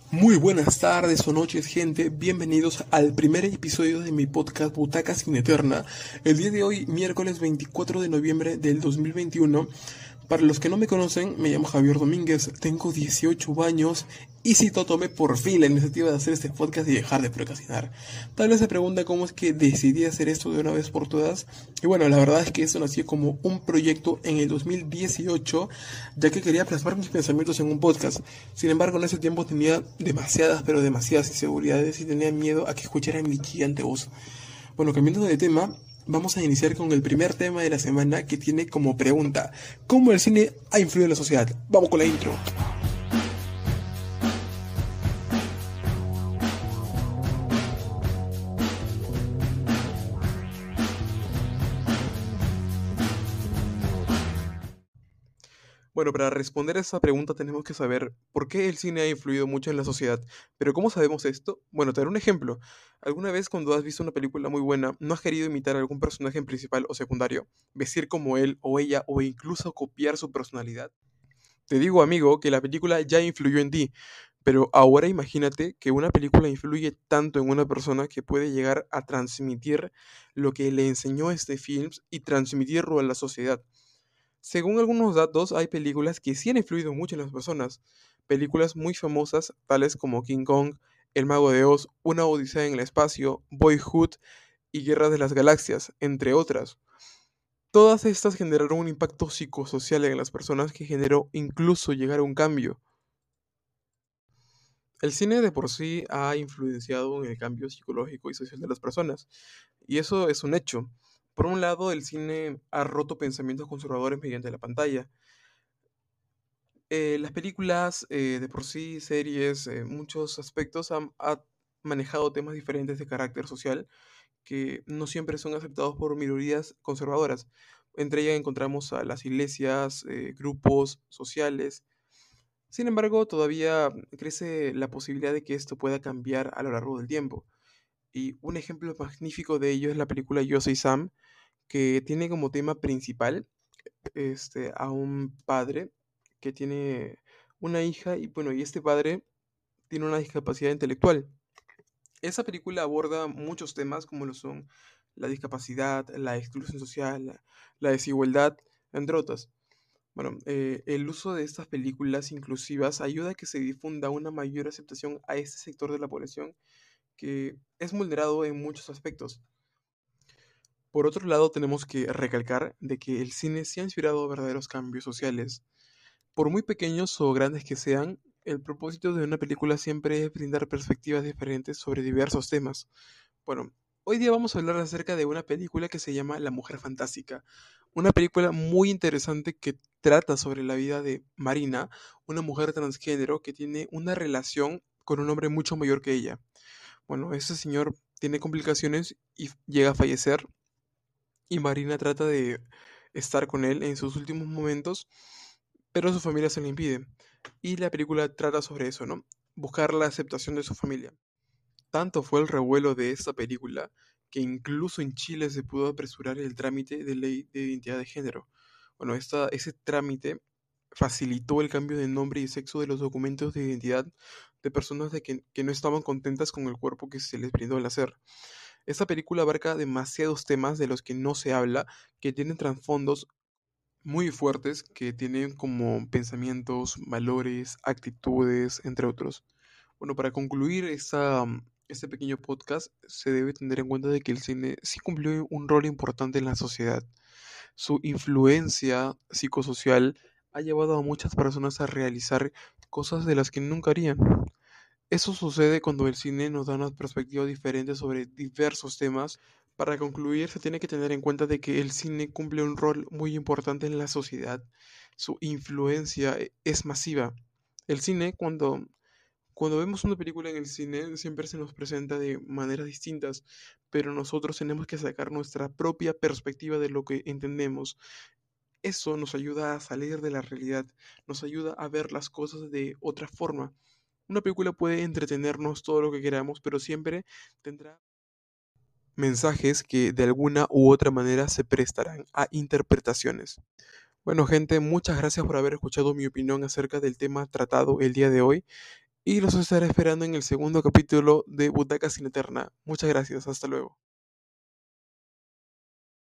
Muy buenas tardes o noches, gente. Bienvenidos al primer episodio de mi podcast Butaca Sin Eterna. El día de hoy, miércoles 24 de noviembre del 2021. Para los que no me conocen, me llamo Javier Domínguez, tengo 18 años y si tomé por fin la iniciativa de hacer este podcast y dejar de procrastinar. Tal vez se pregunta cómo es que decidí hacer esto de una vez por todas. Y bueno, la verdad es que esto nació como un proyecto en el 2018, ya que quería plasmar mis pensamientos en un podcast. Sin embargo, en ese tiempo tenía demasiadas, pero demasiadas inseguridades y tenía miedo a que escucharan mi chillante voz. Bueno, cambiando de tema, vamos a iniciar con el primer tema de la semana que tiene como pregunta: ¿cómo el cine ha influido en la sociedad? Vamos con la intro. Bueno, para responder a esa pregunta tenemos que saber por qué el cine ha influido mucho en la sociedad. Pero ¿cómo sabemos esto? Bueno, te daré un ejemplo. ¿Alguna vez cuando has visto una película muy buena, no has querido imitar a algún personaje principal o secundario, vestir como él o ella o incluso copiar su personalidad? Te digo, amigo, que la película ya influyó en ti, pero ahora imagínate que una película influye tanto en una persona que puede llegar a transmitir lo que le enseñó este film y transmitirlo a la sociedad. Según algunos datos, hay películas que sí han influido mucho en las personas. Películas muy famosas, tales como King Kong, El Mago de Oz, Una Odisea en el Espacio, Boyhood y Guerra de las Galaxias, entre otras. Todas estas generaron un impacto psicosocial en las personas que generó incluso llegar a un cambio. El cine de por sí ha influenciado en el cambio psicológico y social de las personas, y eso es un hecho. Por un lado, el cine ha roto pensamientos conservadores mediante la pantalla. Las películas, de por sí, series, muchos aspectos han manejado temas diferentes de carácter social que no siempre son aceptados por minorías conservadoras. Entre ellas encontramos a las iglesias, grupos sociales. Sin embargo, todavía crece la posibilidad de que esto pueda cambiar a lo largo del tiempo. Y un ejemplo magnífico de ello es la película Yo Soy Sam, que tiene como tema principal a un padre que tiene una hija y bueno, y este padre tiene una discapacidad intelectual. Esa película aborda muchos temas como lo son la discapacidad, la exclusión social, la desigualdad, entre otras. Bueno, el uso de estas películas inclusivas ayuda a que se difunda una mayor aceptación a este sector de la población que es vulnerado en muchos aspectos. Por otro lado, tenemos que recalcar de que el cine sí ha inspirado verdaderos cambios sociales. Por muy pequeños o grandes que sean, el propósito de una película siempre es brindar perspectivas diferentes sobre diversos temas. Bueno, hoy día vamos a hablar acerca de una película que se llama La Mujer Fantástica. Una película muy interesante que trata sobre la vida de Marina, una mujer transgénero que tiene una relación con un hombre mucho mayor que ella. Bueno, ese señor tiene complicaciones y llega a fallecer y Marina trata de estar con él en sus últimos momentos, pero su familia se lo impide. Y la película trata sobre eso, ¿no? Buscar la aceptación de su familia. Tanto fue el revuelo de esta película que incluso en Chile se pudo apresurar el trámite de ley de identidad de género. Bueno, ese trámite facilitó el cambio de nombre y sexo de los documentos de identidad de personas que no estaban contentas con el cuerpo que se les brindó al nacer. Esta película abarca demasiados temas de los que no se habla, que tienen trasfondos muy fuertes, que tienen como pensamientos, valores, actitudes, entre otros. Bueno, para concluir este pequeño podcast, se debe tener en cuenta de que el cine sí cumplió un rol importante en la sociedad. Su influencia psicosocial ha llevado a muchas personas a realizar cosas de las que nunca harían. Eso sucede cuando el cine nos da una perspectiva diferente sobre diversos temas. Para concluir, se tiene que tener en cuenta de que el cine cumple un rol muy importante en la sociedad. Su influencia es masiva. El cine, cuando vemos una película en el cine, siempre se nos presenta de maneras distintas, pero nosotros tenemos que sacar nuestra propia perspectiva de lo que entendemos. Eso nos ayuda a salir de la realidad, nos ayuda a ver las cosas de otra forma. Una película puede entretenernos todo lo que queramos, pero siempre tendrá mensajes que de alguna u otra manera se prestarán a interpretaciones. Bueno, gente, muchas gracias por haber escuchado mi opinión acerca del tema tratado el día de hoy. y los estaré esperando en el segundo capítulo de Butaca Sin Eterna. Muchas gracias, hasta luego.